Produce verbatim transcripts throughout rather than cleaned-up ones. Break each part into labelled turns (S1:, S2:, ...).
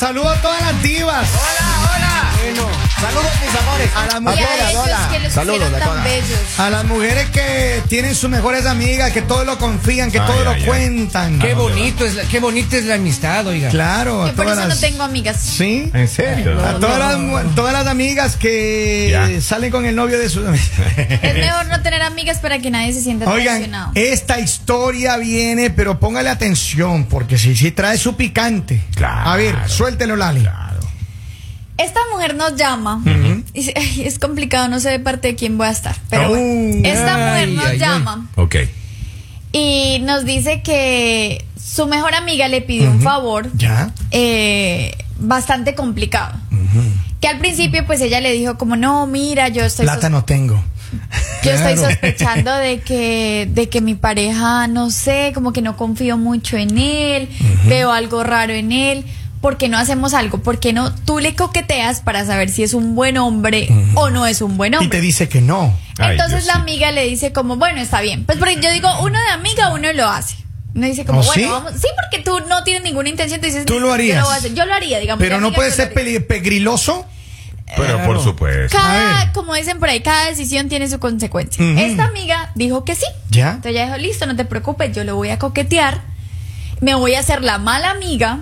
S1: saludo a todas las divas.
S2: Hola, hola.
S3: Bueno, saludos mis amores.
S1: A las
S4: Y a
S1: mujeres,
S4: ellos
S3: hola.
S4: que los
S3: Saludos
S4: hicieron
S3: de
S4: tan
S3: todas.
S4: bellos.
S1: a las mujeres que tienen sus mejores amigas, que todo lo confían, que
S2: Ay,
S1: todo
S2: ay,
S1: lo
S2: ay.
S1: cuentan.
S3: Qué bonito es la, qué bonita es la amistad, oiga.
S1: Claro, a
S4: Yo por
S1: todas
S4: eso
S1: las.
S4: no tengo amigas.
S1: Sí.
S2: ¿En serio?
S1: A todas las, mu- todas las amigas que
S2: Ya.
S1: salen con el novio de sus
S4: Es mejor no tener amigas para que nadie se sienta
S1: Oigan,
S4: traicionado.
S1: esta historia viene, pero póngale atención, porque si, si trae su picante.
S2: Claro.
S1: A ver, suéltelo, Lali.
S4: Esta mujer nos llama. Y dice, "Ay, es complicado, no sé de parte de quién voy a estar. Pero
S1: Oh.
S4: bueno, esta mujer
S3: Ay,
S4: nos
S3: ay, ay.
S4: llama
S2: Ok.
S4: y nos dice que su mejor amiga le pidió un favor
S1: ¿Ya?
S4: eh, bastante complicado. Que al principio, pues ella le dijo como, no, mira, yo estoy
S1: Plata
S4: sos-
S1: no tengo.
S4: yo estoy
S1: Claro.
S4: sospechando de que, de que mi pareja, no sé, como que no confío mucho en él, veo algo raro en él. ¿Por qué no hacemos algo? ¿Por qué no tú le coqueteas para saber si es un buen hombre o no es un buen
S1: Y te
S4: hombre?
S1: dice que no.
S2: Ay,
S4: Entonces la
S2: Diosito.
S4: amiga le dice como, bueno, está bien. Pues porque yo digo, uno de amiga, uno lo hace. Uno dice como,
S1: ¿Oh,
S4: bueno,
S1: sí?
S4: vamos. Sí, porque tú no tienes ninguna intención, tú dices,
S1: Tú lo
S4: yo
S1: harías.
S4: voy a hacer. Yo lo haría, digamos.
S1: Pero
S4: de
S1: no
S4: amiga,
S1: puede
S4: yo
S1: ser
S4: lo haría.
S1: peli- pegriloso.
S2: Pero
S3: Claro.
S2: por supuesto.
S1: A
S4: Cada,
S1: ver.
S4: como dicen por ahí, cada decisión tiene su consecuencia.
S1: Ujú.
S4: Esta amiga dijo que sí.
S1: ¿Ya?
S4: Entonces ella dijo, listo, no te preocupes, yo lo voy a coquetear. Me voy a hacer la mala amiga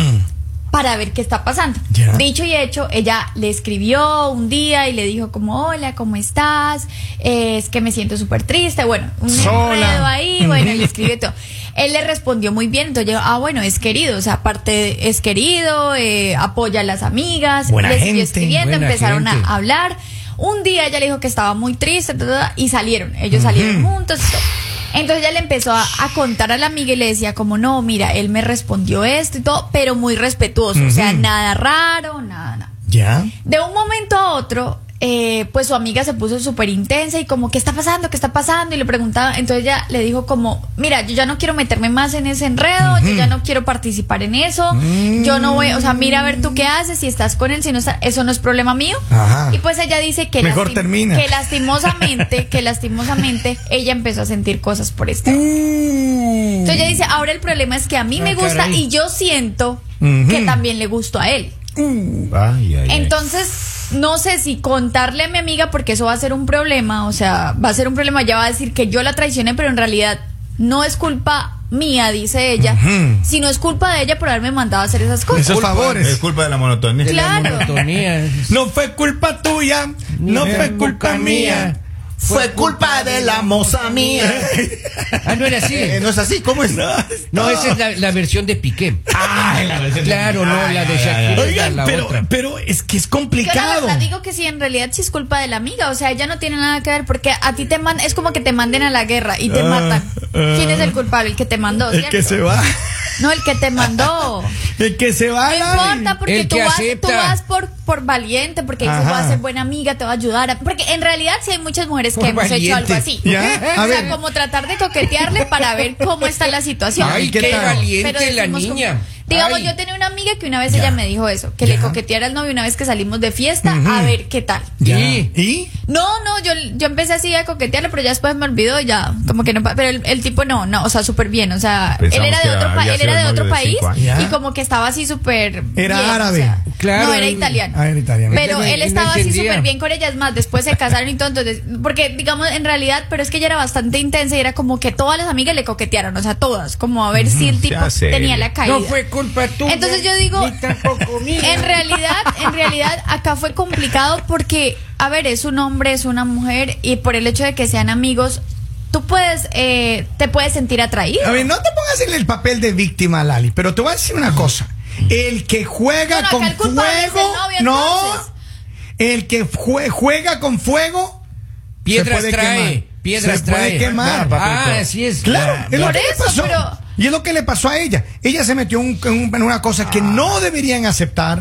S4: para ver qué está pasando.
S1: Ya.
S4: Dicho y hecho, ella le escribió un día y le dijo como, hola, ¿cómo estás? Eh, es que me siento súper triste. Bueno, un
S1: Sola.
S4: enredo ahí, bueno, y le escribió todo. Él le respondió muy bien, entonces yo, ah, bueno, es querido, o sea, aparte es querido, eh, apoya a las amigas,
S1: Buena
S4: le siguió
S1: gente,
S4: escribiendo,
S3: buena
S4: empezaron
S3: gente.
S4: a hablar. Un día ella le dijo que estaba muy triste, ta, ta, ta, y salieron, ellos salieron juntos y todo. Entonces ella le empezó a, a contar a la amiga y le decía como, no, mira, él me respondió esto y todo, pero muy respetuoso, o sea, nada raro, nada, nada.
S1: ¿Ya?
S4: De un momento a otro, eh, pues su amiga se puso súper intensa y como, ¿qué está pasando? ¿Qué está pasando? Y le preguntaba, entonces ella le dijo como, mira, yo ya no quiero meterme más en ese enredo, yo ya no quiero participar en eso, yo no voy, o sea, mira a ver tú qué haces, si estás con él, si no está, eso no es problema mío.
S1: Ajá.
S4: Y pues ella dice que,
S1: Mejor
S4: lastim-
S1: termina.
S4: que lastimosamente, que lastimosamente ella empezó a sentir cosas por este hombre. Entonces ella dice, ahora el problema es que a mí
S3: Ah,
S4: me gusta
S3: caray.
S4: y yo siento
S1: Ujú.
S4: que también le gustó a él.
S2: Ay, ay, ay.
S4: Entonces, no sé si contarle a mi amiga porque eso va a ser un problema, o sea, va a ser un problema, ella va a decir que yo la traicioné, pero en realidad no es culpa mía, dice ella,
S1: Ujú.
S4: sino es culpa de ella por haberme mandado a hacer esas cosas.
S1: Esos favores.
S2: Es culpa de la monotonía.
S4: Claro.
S3: Monotonía.
S1: No fue culpa tuya, no
S3: Ni
S1: fue
S3: de
S1: culpa
S3: boca
S1: mía.
S3: Fue culpa de la moza mía. Ah, no era así.
S2: Eh, no es así, ¿cómo es?
S3: No, esa es la, la versión de Piqué.
S2: Ah, la versión de-
S3: Claro, no,
S2: Ay,
S3: la de
S2: ay, ay,
S3: Shakira.
S2: ay.
S3: es la-
S1: Oigan,
S3: la
S1: pero,
S3: otra.
S1: pero es que es
S4: Yo la
S1: complicado.
S4: verdad digo que sí, en realidad sí es culpa de la amiga, o sea, ella no tiene nada que ver porque a ti te mandan, es como que te manden a la guerra y te
S1: Ah,
S4: matan.
S1: ah.
S4: ¿Quién es el culpable? El que te mandó,
S1: El
S4: ¿cierto?
S1: que se va.
S4: No, el que te mandó.
S1: El que se va.
S4: No
S1: Lali.
S4: importa, porque
S3: El
S4: tú
S3: que
S4: vas,
S3: acepta.
S4: tú vas por, por valiente, porque dices,
S1: Ajá.
S4: voy a ser buena amiga, te voy a ayudar. a- Porque en realidad sí hay muchas mujeres que
S3: Por
S4: hemos hecho algo
S3: valiente.
S4: así.
S1: ¿Ya? A
S4: O sea,
S1: ver.
S4: como tratar de coquetearle para ver cómo está la situación.
S3: Ay,
S1: ¿qué
S3: qué
S1: tal?
S3: valiente
S4: Pero
S3: la
S4: decimos como-
S3: niña.
S4: digamos,
S3: Ay.
S4: yo tenía una amiga que una vez
S1: Ya.
S4: ella me dijo eso, que
S1: Ya.
S4: le coqueteara al novio una vez que salimos de fiesta,
S1: Ujú.
S4: a ver qué tal.
S1: Ya.
S3: ¿Y?
S1: ¿Y?
S4: No, no, yo, yo empecé así a coquetearle, pero ya después me olvidó, ya, como que no, pa- pero el, el tipo no, no, o sea, súper bien, o sea,
S2: Pensamos
S4: él era de
S2: que
S4: otro, pa-
S2: había
S4: él
S2: sido
S4: era
S2: el
S4: de otro
S2: novio de
S4: país
S2: cinco años.
S1: Ya.
S4: y como que estaba así súper
S1: Era
S4: bien,
S1: árabe.
S4: o sea,
S3: Claro.
S4: no, era italiano.
S1: Ah, era italiano.
S4: Pero
S3: No,
S4: él
S3: no
S4: estaba así
S3: entendía.
S4: súper bien con ella, es más, después se casaron y todo, entonces, porque digamos, en realidad, pero es que ella era bastante intensa y era como que todas las amigas le coquetearon, o sea, todas, como a ver si el tipo
S2: sea serio.
S4: tenía la caída.
S3: No fue culpa tuya.
S4: Entonces yo digo,
S3: ni tampoco mía.
S4: en realidad, en realidad acá fue complicado porque, a ver, es un hombre, es una mujer y por el hecho de que sean amigos, tú puedes, eh, te puedes sentir atraído.
S1: A ver, no te pongas en el papel de víctima, Lali, pero te voy a decir una cosa. El que juega
S4: Bueno, acá
S1: con
S4: el culpable es el
S1: fuego,
S4: novio,
S1: no.
S4: entonces.
S1: El que jue- juega con fuego,
S3: Piedras
S1: se puede
S3: trae,
S1: quemar.
S3: piedras
S1: se puede
S3: trae.
S1: quemar.
S3: Ah, así es.
S1: Claro, es lo
S4: Por
S1: que
S4: eso,
S1: le pasó.
S4: pero-
S1: Y es lo que le pasó a ella. Ella se metió un- en, un- en una cosa que no deberían aceptar.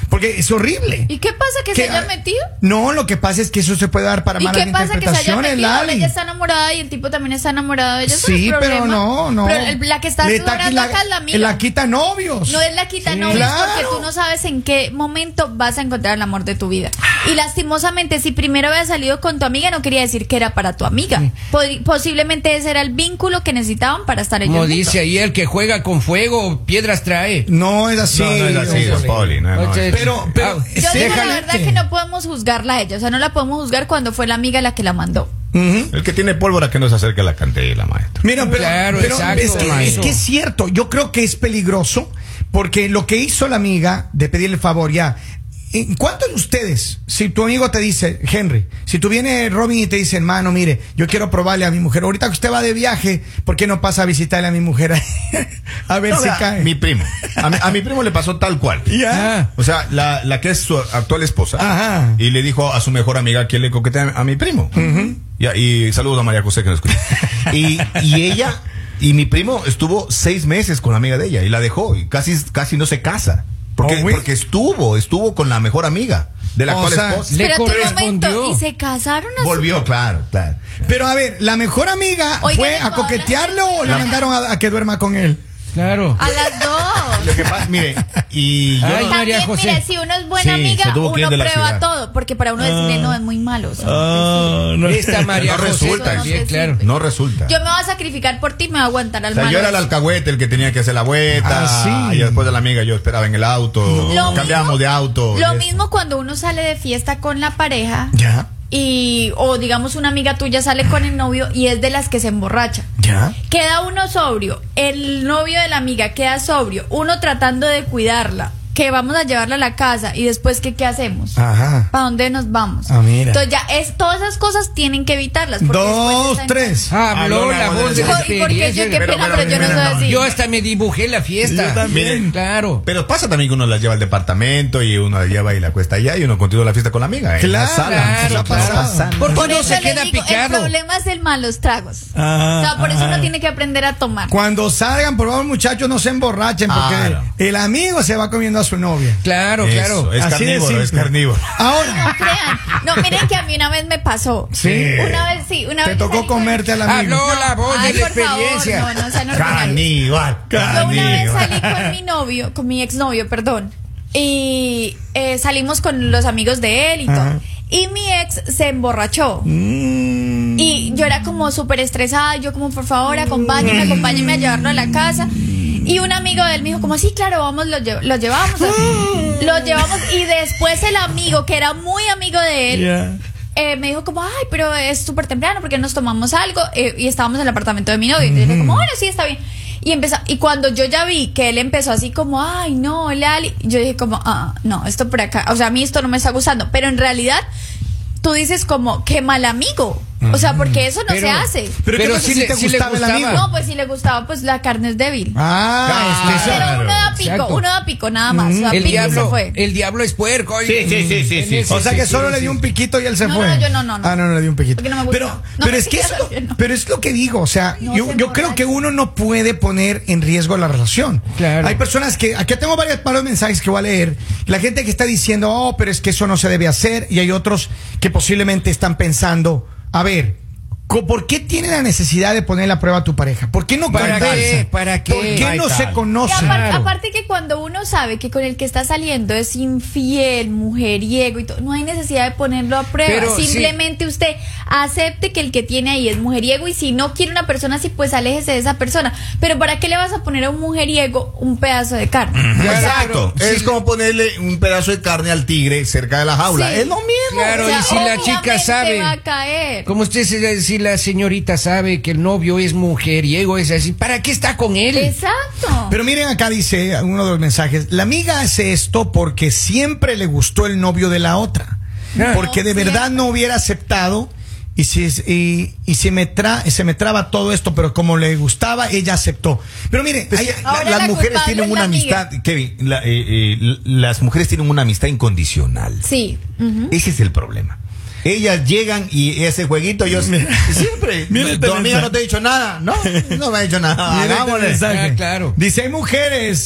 S1: Porque es horrible.
S4: ¿Y qué pasa que,
S1: ¿Qué?
S4: se haya metido?
S1: No, lo que pasa es que eso se puede dar para
S4: ¿Y
S1: malas
S4: qué pasa que se haya
S1: interpretaciones,
S4: metido? Ahora
S1: Lali.
S4: ella está enamorada y el tipo también está enamorado de ella. ¿Eso no es
S1: Sí, pero
S4: problema?
S1: no, no.
S4: Pero el- la que está
S1: Le
S4: explorando
S1: la,
S4: acá es la amiga.
S1: la quita novios.
S4: No es la quita
S1: Sí.
S4: novios
S1: Claro.
S4: porque tú no sabes en qué momento vas a encontrar el amor de tu vida. Y lastimosamente, si primero había salido con tu amiga, no quería decir que era para tu amiga. Pod- posiblemente ese era el vínculo que necesitaban para estar ellos
S3: Como
S4: juntos.
S3: dice ahí, el que juega con fuego, piedras trae.
S1: No es así.
S2: No, no es así, don Poli. No, no,
S3: O sea,
S1: Pero, pero,
S3: ah,
S4: Yo digo la
S1: déjale.
S4: verdad que no podemos juzgarla a ella, o sea, no la podemos juzgar cuando fue la amiga la que la mandó.
S1: Ujú.
S2: El que tiene pólvora que no se acerque a la cantera, maestro.
S1: Mira, pero,
S3: Claro,
S1: pero
S3: exacto,
S1: es, que, es
S3: maestro.
S1: que es cierto, yo creo que es peligroso porque lo que hizo la amiga de pedirle el favor ya. ¿En ¿Cuántos de ustedes, si tu amigo te dice, Henry, si tú viene Robin y te dice, hermano, mire, yo quiero probarle a mi mujer, ahorita que usted va de viaje, ¿por qué no pasa a visitarle a mi mujer a ver
S2: No,
S1: si
S2: vea,
S1: cae?
S2: Mi primo. A mi, a mi primo le pasó tal cual.
S1: Ya.
S3: Ah,
S2: O sea, la, la que es su actual esposa.
S1: Ajá.
S2: Y le dijo a su mejor amiga que le coquetea a mi primo. y, y saludos a María José que nos escucha. y, y ella y mi primo estuvo seis meses con la amiga de ella y la dejó y casi, casi no se casa. Porque,
S1: Oh, güey.
S2: porque estuvo, estuvo con la mejor amiga de la
S1: O
S2: actual
S1: sea,
S2: esposa.
S3: le
S4: Espérate un
S3: correspondió.
S4: momento, ¿y se casaron a su-
S2: Volvió, claro, claro.
S1: Pero a ver, ¿la mejor amiga
S4: Oigan,
S1: fue
S4: ¿le
S1: a
S4: puedo hablar
S1: coquetearlo
S4: de-
S1: o le mandaron a, a que duerma con él?
S3: claro.
S4: A las dos.
S2: Lo que pasa, mire, y yo
S3: Ay,
S2: no-
S3: María
S4: También,
S3: José.
S4: mira, si uno es buena
S2: Sí,
S4: amiga,
S2: se tuvo que ir
S4: uno
S2: de la
S4: prueba
S2: ciudad.
S4: todo, porque para uno decirle no es muy malo. o sea, no te
S3: Esta María
S2: no
S3: José
S2: resulta,
S3: también,
S4: eso.
S3: claro.
S2: no resulta.
S4: Yo me voy a sacrificar por ti, me voy a aguantar al
S2: O sea,
S4: malo.
S2: yo era el alcahuete el que tenía que hacer la vuelta.
S1: Ah, sí.
S2: Y después de la amiga yo esperaba en el auto.
S4: Lo
S2: Cambiábamos
S4: mismo-
S2: de auto.
S4: Lo
S2: y eso.
S4: mismo cuando uno sale de fiesta con la pareja
S1: Ya,
S4: y o digamos una amiga tuya sale con el novio y es de las que se emborracha.
S1: ya.
S4: Queda uno sobrio, el novio de la amiga queda sobrio, uno tratando de cuidarla, que vamos a llevarla a la casa y después ¿qué, qué hacemos?
S1: Ajá.
S4: ¿Para dónde nos vamos?
S1: Ah, mira.
S4: Entonces ya es, todas esas cosas tienen que evitarlas. porque después
S1: Dos,
S4: está en-
S1: tres.
S3: Habló la voz de la
S4: Ay, porque yo
S3: experiencia.
S4: qué
S2: Pero,
S4: pena,
S2: pero,
S4: pero yo no
S2: pero,
S4: sé
S2: no.
S4: decir.
S3: Yo hasta me dibujé la fiesta.
S1: Yo también.
S3: Claro.
S2: Pero pasa también que uno la lleva al departamento y uno la lleva y la cuesta allá y uno continúa la fiesta con la amiga. en la
S1: Claro,
S2: sala.
S3: claro,
S2: Eso
S1: claro.
S2: pasa.
S3: Porque
S4: Por
S3: uno
S4: eso
S3: se
S4: le
S3: queda
S4: digo, el
S3: picado.
S4: problema es el malos tragos.
S1: Ajá,
S4: o sea, por eso
S1: ajá.
S4: uno tiene que aprender a tomar.
S1: Cuando salgan, por favor, muchachos, no se emborrachen porque
S2: Claro.
S1: el amigo se va comiendo a su novia.
S3: Claro,
S2: Eso,
S3: claro.
S2: es
S1: Así de
S2: carnívoro, es
S1: simple.
S2: carnívoro.
S1: Ahora,
S4: Crean. No, miren que a mí una vez me pasó.
S1: Sí.
S4: Una vez sí, una
S1: te
S4: vez. yo
S1: tocó
S4: salí con-
S1: comerte al amigo.
S3: Habló la voz
S4: Ay,
S3: de la
S4: por favor,
S3: experiencia.
S4: no, no sean ordinarios.
S2: Caníbal,
S4: Yo una vez
S2: caníbal.
S4: salí con mi novio, con mi exnovio, perdón. Y eh, salimos con los amigos de él y
S1: Ajá.
S4: todo. Y mi ex se emborrachó.
S1: Mm.
S4: Y yo era como súper estresada. Yo como, por favor, acompáñeme, acompáñeme a llevarlo a la casa. Y un amigo de él me dijo como, sí, claro, vamos, lo, lle- lo llevamos. Lo llevamos. Y después el amigo, que era muy amigo de él,
S1: Ya.
S4: eh, me dijo como, ay, pero es súper temprano porque nos tomamos algo. Eh, y estábamos en el apartamento de mi novio. Y yo dije como, bueno, sí, está bien. Y empezó, y cuando yo ya vi que él empezó así como, ay, no, Lali, yo dije como, ah, no, esto por acá, o sea, a mí esto no me está gustando. Pero en realidad, tú dices como, qué mal amigo. O sea, porque eso no
S3: Pero-
S4: se hace.
S1: Pero,
S3: Pero
S1: ¿qué pasa
S3: sí
S1: si
S3: le-
S1: te
S3: sí le
S1: gustaba el
S3: gustaba.
S1: amigo?
S4: No, pues si le gustaba, pues la carne es débil.
S1: Ah,
S2: Claro.
S1: es que eso-
S4: Pero uno da pico,
S3: exacto.
S4: uno da pico nada más. O sea,
S3: El
S4: pico y se
S3: diablo,
S4: fue.
S3: el diablo es puerco.
S2: Sí, sí, sí, sí, sí.
S3: En
S1: O sea
S3: ese
S1: que solo
S3: sentido,
S1: le dio
S3: sí.
S1: un piquito y él se
S4: No,
S1: fue.
S4: no, yo no, no, no.
S1: Ah, no, no le dio un piquito.
S4: Porque no me gusta.
S1: Pero,
S4: No,
S1: pero es que
S4: mentira,
S1: eso,
S4: que no.
S1: pero es lo que digo, o sea,
S4: No
S1: yo,
S4: se
S1: yo creo
S4: emborrache.
S1: que uno no puede poner en riesgo la relación.
S3: Claro.
S1: Hay personas que, aquí tengo varios, varios mensajes que voy a leer. La gente que está diciendo, oh, pero es que eso no se debe hacer. Y hay otros que posiblemente están pensando, a ver, co- ¿por qué tiene la necesidad de poner a prueba a tu pareja? ¿Por qué no
S3: ¿Para
S1: conversa?
S3: qué? ¿Para qué?
S1: ¿Por qué
S2: Ay,
S1: no
S2: tal.
S1: se
S4: Y
S1: conocen?
S4: aparte,
S3: Claro.
S4: aparte que cuando uno sabe que con el que está saliendo es infiel, mujeriego y todo, no hay necesidad de ponerlo a prueba.
S3: Pero sí.
S4: Simplemente usted acepte que el que tiene ahí es mujeriego y si no quiere una persona así, pues aléjese de esa persona. Pero ¿para qué le vas a poner a un mujeriego un pedazo de carne?
S3: Claro,
S2: Exacto.
S3: sí.
S2: Es como ponerle un pedazo de carne al tigre cerca de la jaula.
S4: Sí.
S2: Es lo mismo.
S3: Claro,
S4: O sea,
S3: y si la chica
S4: obviamente
S3: sabe.
S4: va a caer.
S3: Como usted, se- si la señorita sabe que el novio es mujeriego, es así, ¿para qué está con él?
S4: Exacto.
S1: Pero miren, acá dice uno de los mensajes, la amiga hace esto porque siempre le gustó el novio de la otra.
S3: Ah.
S1: Porque de
S4: No,
S1: verdad
S4: siempre.
S1: no hubiera aceptado y, si, y, y si me tra, se me traba todo esto, pero como le gustaba, ella aceptó. Pero miren,
S2: Es
S1: hay-
S2: que
S4: Ahora
S2: la- las
S4: la
S2: mujeres
S4: culpable
S2: tienen
S4: es
S2: una
S4: la amiga.
S2: amistad, Kevin, la- eh, eh, las mujeres tienen una amistad incondicional.
S4: Sí. Ujú.
S2: Ese es el problema. Ellas llegan y ese jueguito yo siempre,
S1: mira este
S2: tu amiga
S1: mensaje.
S2: no te ha dicho nada, no, no me ha dicho nada,
S1: Miren este
S2: hagámosle.
S1: mensaje.
S3: Ah, claro.
S1: Dice, hay mujeres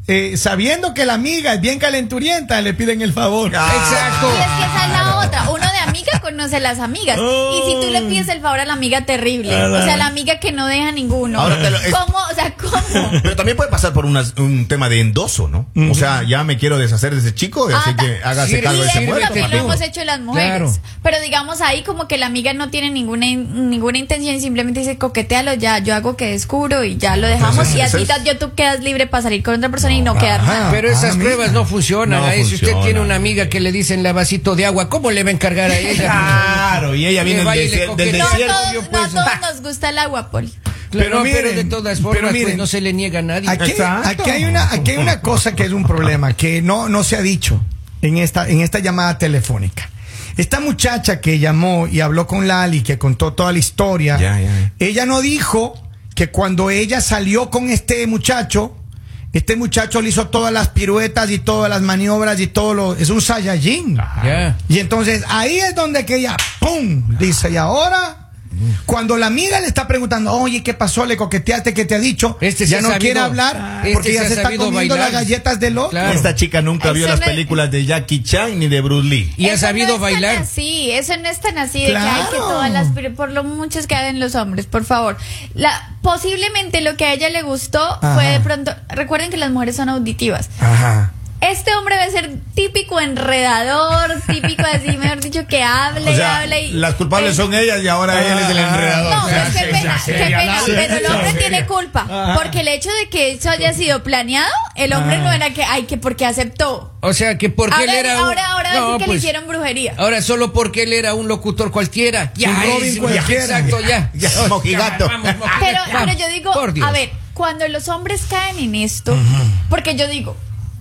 S1: eh, sabiendo que la amiga es bien calenturienta, le piden el favor.
S2: Ah.
S3: Exacto.
S4: Y es que esa es la otra. Uno de amiga conoce a las amigas. Y si tú le pides el favor a la amiga, terrible. O sea, la amiga que no deja ninguno.
S2: Ahora te lo- es-
S4: ¿Cómo? O sea, ¿cómo?
S2: Pero también puede pasar por una- un tema de endoso, ¿no? O sea, ya me quiero deshacer de ese chico,
S4: Ah,
S2: así que hágase
S3: sirve,
S2: cargo de
S4: Y
S2: esa
S3: sirve,
S4: eso
S2: mujer.
S4: también
S3: tú.
S4: lo hemos hecho las mujeres.
S3: Claro.
S4: Pero digamos ahí como que la amiga no tiene ninguna in- ninguna intención y simplemente dice coquetealo ya, yo hago que descubro y ya lo dejamos
S2: Entonces,
S4: y así
S2: eso es-
S4: ya tú quedas libre para salir con otra persona y no quedar
S1: Ajá.
S4: mal.
S3: Pero esas
S1: Ah,
S3: pruebas
S1: mira.
S3: no funcionan.
S2: No
S3: Ahí, si usted
S2: funciona.
S3: tiene una amiga que le dicen la vasito de agua, ¿cómo le va a encargar a ella?
S2: Claro, y ella viene
S3: Le va y
S2: del,
S3: le
S2: desier- del
S3: coquetea.
S4: No,
S2: desierto.
S4: todos,
S3: yo,
S4: no
S3: pues.
S4: a todos nos gusta el agua, Poli.
S3: Claro,
S1: Pero
S3: pero,
S1: miren,
S3: de todas
S1: pero
S3: formas,
S1: miren,
S3: pues no se le niega a nadie.
S1: Aquí,
S2: Exacto.
S1: aquí hay una, aquí hay una cosa que es un problema que no, no se ha dicho en esta, en esta llamada telefónica. Esta muchacha que llamó y habló con Lali, que contó toda la historia,
S2: Ya, ya.
S1: ella no dijo que cuando ella salió con este muchacho, este muchacho le hizo todas las piruetas y todas las maniobras y todo lo, es un Saiyajin.
S3: Ya.
S1: Y entonces ahí es donde que ella, ¡pum! Dice, y ahora, cuando la amiga le está preguntando, oye, ¿qué pasó? ¿Le coqueteaste? ¿Qué te ha dicho?
S3: Este sí
S1: ya
S3: ha
S1: no
S3: sabido-
S1: quiere
S3: Ah,
S1: hablar
S3: este
S1: porque
S3: sí
S1: ya
S3: ha
S1: se está
S3: sabido
S1: comiendo
S3: bailar.
S1: las galletas del otro.
S3: Claro.
S2: Esta chica nunca vio
S4: Eso
S2: las
S4: no-
S2: películas de Jackie Chan ni de Bruce Lee.
S3: Y ha
S4: Eso
S3: sabido
S4: no es
S3: bailar.
S4: Tan así, eso no es tan así de
S1: Claro.
S4: que hay que todas las por lo muchos que hagan los hombres, por favor. La posiblemente lo que a ella le gustó
S1: Ajá.
S4: fue de pronto, recuerden que las mujeres son auditivas.
S1: Ajá.
S4: Este hombre debe ser típico enredador, típico así, mejor dicho, que hable
S2: O
S4: y
S2: sea,
S4: hable y
S2: las culpables
S4: eh,
S2: son ellas y ahora él es el enredador.
S4: No,
S2: O sea,
S4: pues qué
S2: se-
S4: pena,
S2: se-
S4: qué
S2: se-
S4: pena,
S2: se-
S4: pero el
S2: se-
S4: hombre
S2: se-
S4: tiene culpa, porque el hecho de que eso haya sido planeado, el hombre no era que, ay, que porque aceptó.
S3: O sea, que porque
S4: Ahora,
S3: él era un-
S4: ahora, ahora
S3: No,
S4: dicen que
S3: pues,
S4: le hicieron brujería.
S3: Ahora solo porque él era un locutor cualquiera. Ya,
S1: Un Robin
S3: es-
S1: cualquiera.
S3: Exacto, ya.
S2: Ya, mojigato.
S3: Vamos, mojigato.
S4: Pero, pero
S3: Vamos.
S4: yo digo,
S3: Por Dios.
S4: a ver, cuando los hombres caen en esto, porque yo digo,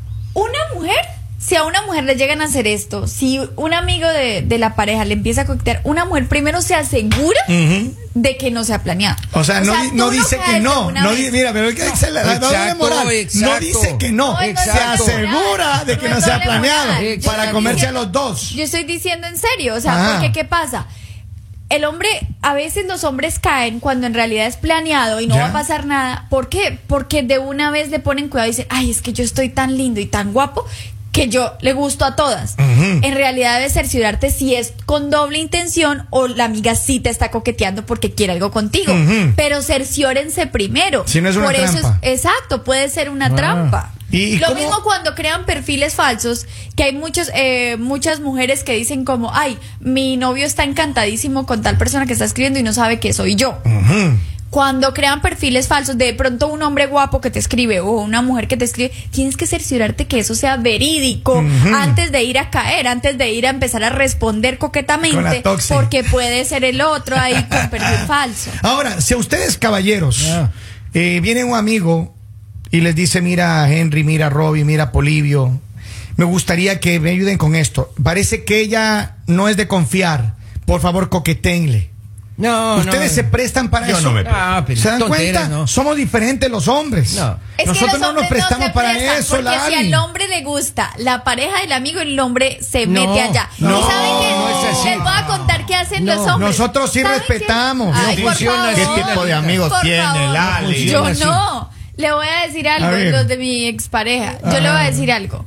S4: una mujer, si a una mujer le llegan a hacer esto, si un amigo de, de la pareja le empieza a coquetear, una mujer primero se asegura de que no se ha planeado.
S1: O sea, no, di-
S4: tú
S1: no dice que
S4: caes de
S1: no.
S4: una
S1: no
S4: vez.
S1: di- mira, pero es que dice la, la doble
S3: Exacto,
S1: moral. No
S3: exacto.
S1: dice que no.
S4: No, es
S1: se
S4: doble
S1: asegura
S4: moral.
S1: de que
S4: No
S1: no,
S4: es
S1: se ha
S4: doble
S1: planeado
S4: moral. Yo
S1: para
S4: estoy
S1: comerse
S4: diciendo-
S1: a los dos.
S4: Yo estoy diciendo en serio, o sea,
S1: Ajá.
S4: porque ¿qué pasa? El hombre, a veces los hombres caen cuando en realidad es planeado y no
S1: Ya.
S4: va a pasar nada. ¿Por qué? Porque de una vez le ponen cuidado y dicen, ay, es que yo estoy tan lindo y tan guapo que yo le gusto a todas. En realidad debes cerciorarte si es con doble intención o la amiga sí te está coqueteando porque quiere algo contigo.
S1: Ujú.
S4: Pero cerciórense primero.
S1: Si no es una
S4: Por eso
S1: trampa.
S4: es, exacto, puede ser una trampa.
S1: ¿Y- y
S4: Lo
S1: cómo-
S4: mismo cuando crean perfiles falsos, que hay muchos, eh, muchas mujeres que dicen como, ay, mi novio está encantadísimo con tal persona que está escribiendo y no sabe que soy yo.
S1: Ujú.
S4: Cuando crean perfiles falsos, de pronto un hombre guapo que te escribe o una mujer que te escribe, tienes que cerciorarte que eso sea verídico antes de ir a caer, antes de ir a empezar a responder
S1: Con
S4: coquetamente,
S1: la toxi.
S4: porque puede ser el otro ahí con perfil falso.
S1: Ahora, si a ustedes, caballeros,
S3: Ah.
S1: eh, viene un amigo y les dice, mira Henry, mira Robbie, mira Polibio, me gustaría que me ayuden con esto. Parece que ella no es de confiar. Por favor, coquetenle.
S3: No,
S1: Ustedes
S3: no.
S1: se prestan para
S2: Yo
S1: eso.
S2: no me
S3: Ah, pero
S1: ¿Se dan
S3: tonteras,
S1: cuenta?
S3: ¿no?
S1: Somos diferentes los hombres.
S3: No.
S4: Es que
S1: Nosotros
S4: los
S1: no nos
S4: hombres
S1: prestamos
S4: se
S1: para
S4: prestan,
S1: eso,
S4: porque
S1: Lali.
S4: si al hombre le gusta la pareja del amigo, el hombre se
S3: No,
S4: mete allá.
S3: no,
S4: ¿Y saben qué?
S3: no es así.
S4: Les voy a contar qué hacen
S3: No,
S4: los hombres.
S1: nosotros sí
S4: ¿Saben qué?
S1: respetamos.
S4: Ay,
S3: No
S4: por
S3: funciona así.
S4: favor.
S2: ¿Qué tipo de amigos
S4: Por
S2: tiene
S4: favor.
S2: Lali?
S4: Yo
S3: Funciona así.
S4: no. Le voy a decir algo,
S1: A ver.
S4: los de mi expareja. Yo le voy a decir algo.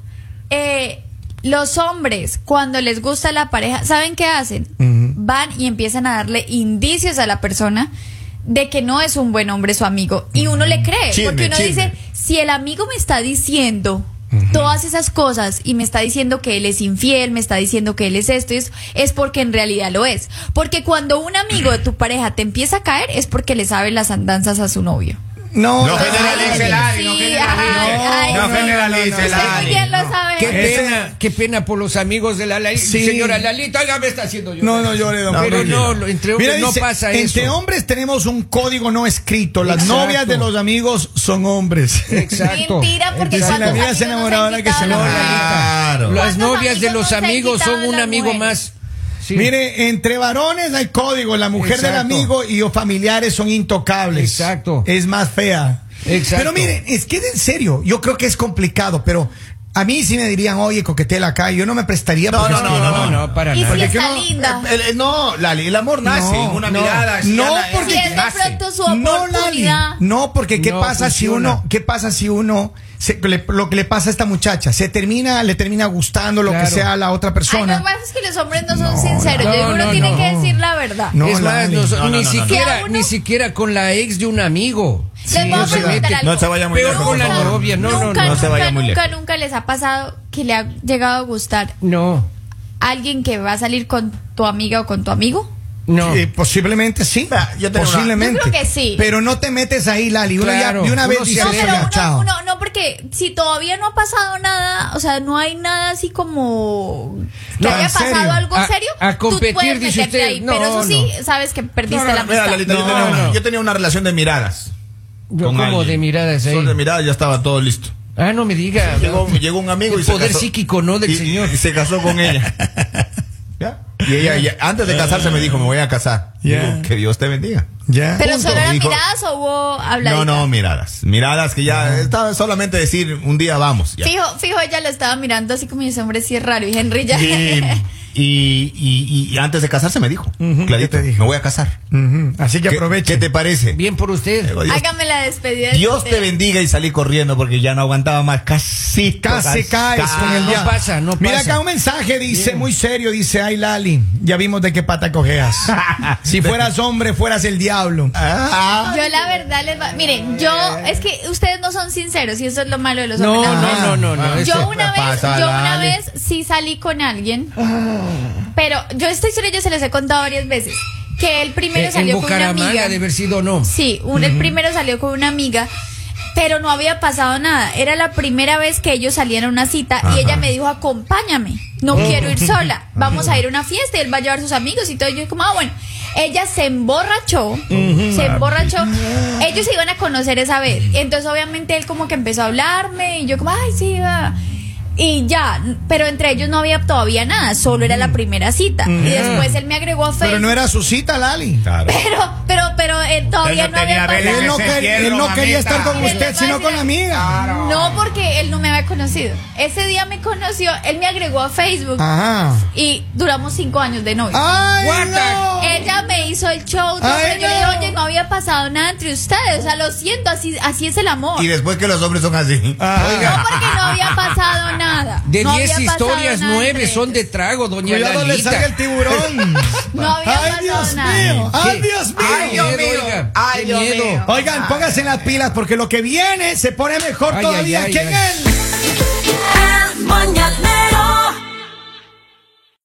S4: Eh, los hombres, cuando les gusta la pareja, ¿saben qué hacen? Van y empiezan a darle indicios a la persona de que no es un buen hombre su amigo. Y uno le cree.
S2: Chisme,
S4: porque uno
S2: chisme.
S4: dice, si el amigo me está diciendo todas esas cosas y me está diciendo que él es infiel, me está diciendo que él es esto y eso, es porque en realidad lo es. Porque cuando un amigo de tu pareja te empieza a caer es porque le sabe las andanzas a su novio.
S1: No,
S2: No
S1: Lali.
S2: generalice, Lali, no
S4: Sí,
S2: generalice.
S4: ay, ay,
S2: No
S4: no,
S2: generalice,
S4: Usted muy
S2: Lali.
S4: bien lo sabe.
S3: Qué
S1: Ese-
S3: pena, qué pena por los amigos de la Lali.
S1: Sí.
S3: Señora Lalita, oiga, me está haciendo yo.
S1: No, no llore, don
S3: Pero
S1: Pedro.
S3: no, lo- entre hombres
S1: Mira,
S3: no
S1: dice,
S3: pasa
S1: entre
S3: eso.
S1: hombres tenemos un código no escrito. Las
S3: Exacto.
S1: novias de los amigos son hombres.
S3: Exacto.
S4: Mentira, porque
S1: Entonces,
S4: cuando
S1: la amiga se enamoró ahora que se
S4: lo
S1: enamora.
S2: Claro.
S3: Las
S4: ¿Cuántos
S3: novias de
S4: amigos
S3: los
S4: no se han
S3: amigos
S4: quitado
S3: son un
S4: las
S3: amigo
S4: mujeres?
S3: más. Sí.
S1: Mire, entre varones hay código. La mujer del
S3: Exacto.
S1: amigo y los familiares son intocables.
S3: Exacto.
S1: Es más fea.
S3: Exacto.
S1: Pero miren, es que en serio, yo creo que es complicado, pero A mí sí me dirían, oye, coquetea acá. Yo no me prestaría.
S2: No,
S1: porque
S2: no,
S1: es
S2: no,
S1: que-
S2: no,
S3: No, no, para
S4: Y
S3: nada.
S4: si
S1: Porque
S4: está
S1: no-
S4: linda.
S2: El- el- no, Lali, el amor nace
S1: No,
S2: en una
S1: no.
S2: mirada. así,
S1: No,
S2: Ana,
S1: porque-
S4: Si es de
S2: nace.
S4: pronto su
S1: No, Lali.
S4: oportunidad.
S1: No, porque ¿qué
S3: No
S1: pasa si
S3: funciona.
S1: uno, qué pasa si uno, se- le- lo que le pasa a esta muchacha, se termina, le termina gustando lo
S3: Claro.
S1: que sea a la otra
S4: Ay, lo
S1: persona.
S4: que pasa es que los hombres no son
S1: No,
S4: sinceros.
S3: no,
S4: Yo digo, uno
S3: no,
S4: tiene
S3: no.
S4: que decir la verdad.
S1: No,
S3: es más,
S1: Lali.
S3: no,
S2: No, no,
S3: ni
S2: no, no.
S3: siquiera,
S4: Si a uno-
S3: ni siquiera con la ex de un amigo.
S4: Les voy a
S3: no se
S4: preguntar
S3: mete.
S4: algo.
S2: No se vaya muy
S3: Peor
S2: lejos,
S3: con
S2: por
S3: la
S2: favor.
S3: novia, no, no,
S4: nunca,
S3: no.
S2: No se
S4: nunca,
S2: vaya muy
S4: nunca,
S2: lejos.
S4: nunca les ha pasado que le ha llegado a gustar
S3: No,
S4: alguien que va a salir con tu amiga o con tu amigo.
S3: no.
S1: Eh, posiblemente sí.
S2: Vea, yo tengo una-
S1: posiblemente.
S4: Yo creo que sí.
S1: Pero no te metes ahí, Lali. Uno
S3: Claro,
S1: ya de una
S3: uno
S1: vez
S3: se
S1: dice,
S4: No,
S3: Sí,
S4: pero
S1: ya,
S4: uno,
S1: chao.
S4: uno- no, porque si todavía no ha pasado nada, o sea, no hay nada así como que
S1: No,
S4: haya
S1: en serio.
S4: pasado algo
S3: A-
S4: serio,
S3: a competir,
S4: tú puedes
S3: dice
S4: meterte
S3: usted.
S4: ahí,
S3: No,
S4: pero eso sí,
S3: no.
S4: sabes que perdiste
S2: No, no,
S4: la
S2: mira,
S4: amistad.
S2: Lalita, yo,
S1: No,
S2: tenía una,
S3: no.
S2: yo tenía una relación de miradas.
S3: Yo
S2: con
S3: como
S2: alguien.
S3: de miradas ahí.
S2: Solo de miradas ya estaba todo listo.
S3: Ah, no me diga.
S2: Llegó, llegó un amigo
S3: El
S2: y se
S3: poder
S2: casó.
S3: psíquico, ¿no? Del
S2: y,
S3: señor.
S2: y se casó con ella. ¿Ya? Y ella, ella, antes de casarse, me dijo, me voy a casar.
S1: Ya.
S2: Digo, que Dios te bendiga.
S1: Ya.
S4: Pero
S2: Punto.
S4: solo eran
S2: Dijo-
S4: miradas o hubo habladitas.
S2: No, no, miradas. Miradas que ya estaba solamente decir un día vamos. Ya.
S4: Fijo, fijo, ella lo estaba mirando así como ese hombre sí es raro y Henry ya.
S2: Y, y, y, y antes de casarse me dijo,
S1: Ujú,
S2: clarito,
S1: ¿qué te dijo?
S2: me voy a casar.
S1: Ujú. Así que
S2: ¿Qué,
S1: aproveche.
S2: ¿Qué te parece?
S3: Bien por usted.
S2: Digo, Dios,
S4: Hágame la despedida. de
S2: Dios te
S4: soltera.
S2: bendiga y salí corriendo porque ya no aguantaba más. Casi,
S1: Casi caes con el
S3: no
S1: día.
S3: pasa, no
S1: Mira
S3: pasa.
S1: acá un mensaje, dice, muy serio, dice, ay Lali, ya vimos de qué pata cojeas. Si fueras hombre, fueras el diablo.
S2: Ah,
S4: Yo la verdad les va, miren, yo es que ustedes no son sinceros y eso es lo malo de los
S3: No,
S4: hombres.
S3: no,
S4: la verdad.
S3: no, no, no.
S4: Yo
S3: eso-
S4: una vez,
S2: pasa,
S4: yo una
S2: dale.
S4: vez sí salí con alguien, pero yo esta historia yo se les he contado varias veces, que el primero
S3: Eh, en
S4: salió con una
S3: Bucaramanga
S4: amiga.
S3: de haber sido no.
S4: Sí, un, el primero salió con una amiga, pero no había pasado nada. Era la primera vez que ellos salían a una cita y ella me dijo, acompáñame, no quiero ir sola, vamos a ir a una fiesta y él va a llevar sus amigos y todo. Y yo como, ah, bueno. Ella se emborrachó, se emborrachó. Ellos se iban a conocer esa vez. Entonces, obviamente, él como que empezó a hablarme y yo como, ay, sí, va. Y ya, pero entre ellos no había todavía nada, solo era la primera cita. Y después él me agregó a Facebook.
S1: Pero no era su cita, Lali.
S2: claro.
S4: Pero, pero, pero eh, todavía
S2: Él
S4: no
S2: no tenía
S4: había
S2: velas
S4: pasado.
S1: Él no,
S2: ese
S1: quer-
S2: fierro,
S1: él no quería
S2: mamita.
S1: estar con
S4: Él
S1: usted,
S4: le
S1: sino
S4: va a
S1: con la amiga.
S4: No, porque él no me había conocido. Ese día me conoció, él me agregó a Facebook
S1: Ajá.
S4: y duramos cinco años de novio.
S1: ¡Ay,
S3: What the-
S1: no!
S4: Ella me hizo el show, todo,
S1: Ay,
S4: pero yo le dije,
S1: no.
S4: oye, no había pasado nada entre ustedes, o sea, lo siento, así, así es el amor.
S2: Y después que los hombres son así.
S1: Ah.
S4: No, porque no había pasado nada.
S3: De
S4: No
S3: diez
S4: había pasado
S3: historias,
S4: nada
S3: nueve
S4: entre
S3: son de
S4: ellos.
S3: trago, doña
S1: Cuidado, le
S3: Lalita.
S1: salga el tiburón.
S4: No había
S1: ¡Ay,
S4: pasado
S1: Dios
S4: nada.
S1: mío! ¡Ay,
S3: ¿Qué?
S1: Dios mío!
S3: Ay, Dios mío. Oiga,
S2: Ay,
S3: qué
S2: Dios
S3: miedo.
S2: mío.
S1: Oigan, pónganse las pilas porque lo que viene se pone mejor
S3: Ay,
S1: todavía.
S3: ay, ay,
S1: ¿Quién
S3: ay.
S1: es?
S5: El mañanero